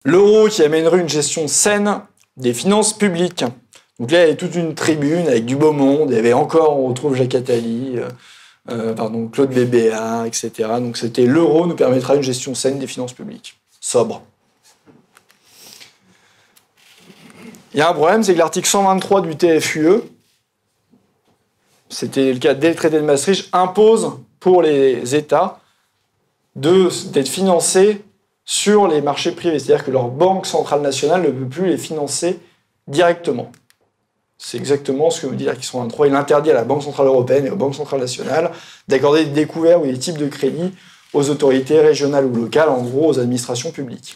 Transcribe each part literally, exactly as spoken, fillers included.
L'euro qui amènerait une gestion saine des finances publiques. Donc là, il y avait toute une tribune avec du beau monde. Il y avait encore, on retrouve Jacques Attali, euh, euh, pardon, Claude Bébéa, et cetera. Donc c'était l'euro nous permettra une gestion saine des finances publiques. Sobre. Il y a un problème, c'est que l'article cent vingt-trois du T F U E, c'était le cas dès le traité de Maastricht, impose pour les États de, d'être financés sur les marchés privés. C'est-à-dire que leur banque centrale nationale ne peut plus les financer directement. C'est exactement ce que veut dire l'article cent vingt-trois. Il interdit à la Banque centrale européenne et aux banques centrales nationales d'accorder des découvertes ou des types de crédits aux autorités régionales ou locales, en gros aux administrations publiques.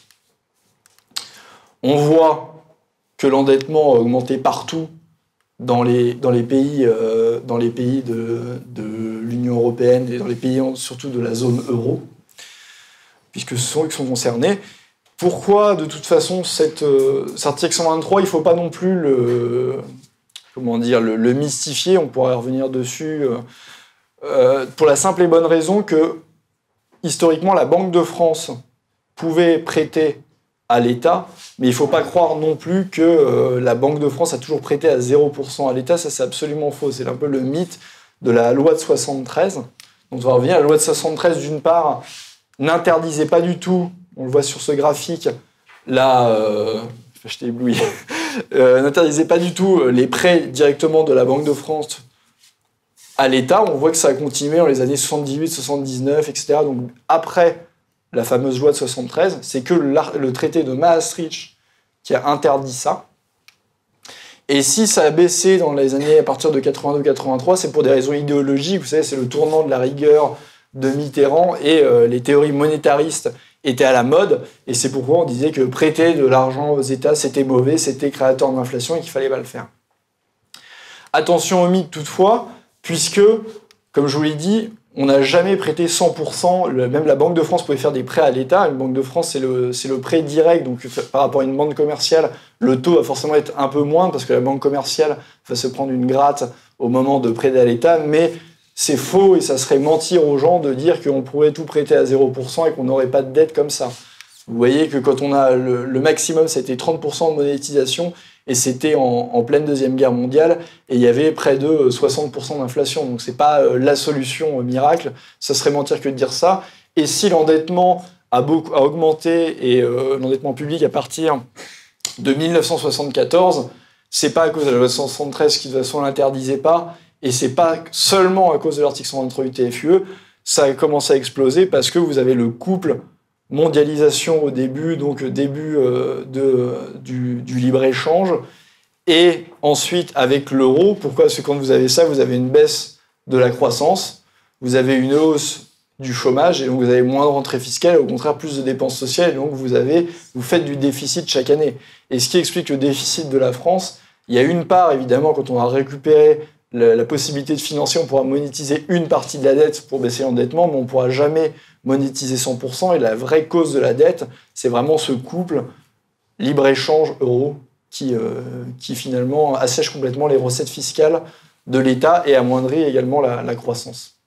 On voit que l'endettement a augmenté partout dans les, dans les pays, euh, dans les pays de, de l'Union européenne et dans les pays surtout de la zone euro, puisque ce sont eux qui sont concernés. Pourquoi, de toute façon, cette, euh, cet article cent vingt-trois, il ne faut pas non plus le, comment dire, le, le mystifier, on pourrait revenir dessus, euh, euh, pour la simple et bonne raison que, historiquement, la Banque de France pouvait prêter à l'État, mais il ne faut pas croire non plus que euh, la Banque de France a toujours prêté à zéro pour cent à l'État, ça c'est absolument faux, c'est un peu le mythe de la loi de soixante-treize. Donc on va revenir, la loi de soixante-treize, d'une part, n'interdisait pas du tout, on le voit sur ce graphique, là, euh, je t'ai ébloui, euh, n'interdisait pas du tout les prêts directement de la Banque de France à l'État, on voit que ça a continué dans les années soixante-dix-huit, soixante-dix-neuf, et cetera. Donc après la fameuse loi de soixante-treize, c'est que le traité de Maastricht qui a interdit ça. Et si ça a baissé dans les années à partir de quatre-vingt-deux quatre-vingt-trois, c'est pour des raisons idéologiques. Vous savez, c'est le tournant de la rigueur de Mitterrand et euh, les théories monétaristes étaient à la mode. Et c'est pourquoi on disait que prêter de l'argent aux États, c'était mauvais, c'était créateur d'inflation et qu'il fallait pas le faire. Attention au mythe toutefois, puisque, comme je vous l'ai dit, on n'a jamais prêté cent pour cent, même la Banque de France pouvait faire des prêts à l'État. Une Banque de France, c'est le, c'est le prêt direct, donc par rapport à une banque commerciale, le taux va forcément être un peu moindre, parce que la banque commerciale va se prendre une gratte au moment de prêter à l'État, mais c'est faux et ça serait mentir aux gens de dire qu'on pourrait tout prêter à zéro pour cent et qu'on n'aurait pas de dette comme ça. Vous voyez que quand on a le, le maximum, c'était trente pour cent de monétisation, et c'était en, en pleine Deuxième Guerre mondiale, et il y avait près de soixante pour cent d'inflation. Donc c'est pas euh, la solution euh, miracle, ça serait mentir que de dire ça. Et si l'endettement a, beaucoup, a augmenté, et euh, l'endettement public à partir de mille neuf cent soixante-quatorze, c'est pas à cause de la loi cent soixante-treize qui de toute façon l'interdisait pas, et c'est pas seulement à cause de l'article cent vingt-trois du T F U E, ça a commencé à exploser parce que vous avez le couple mondialisation au début, donc début euh, de, du, du libre-échange, et ensuite avec l'euro. Pourquoi ? Parce que quand vous avez ça, vous avez une baisse de la croissance, vous avez une hausse du chômage, et donc vous avez moins de rentrée fiscale, et au contraire plus de dépenses sociales, et donc vous, avez, vous faites du déficit chaque année. Et ce qui explique le déficit de la France, il y a une part, évidemment, quand on a récupéré la, la possibilité de financer, on pourra monétiser une partie de la dette pour baisser l'endettement, mais on ne pourra jamais monétiser cent pour cent, et la vraie cause de la dette, c'est vraiment ce couple libre-échange-euro qui, euh, qui finalement assèche complètement les recettes fiscales de l'État et amoindrit également la, la croissance.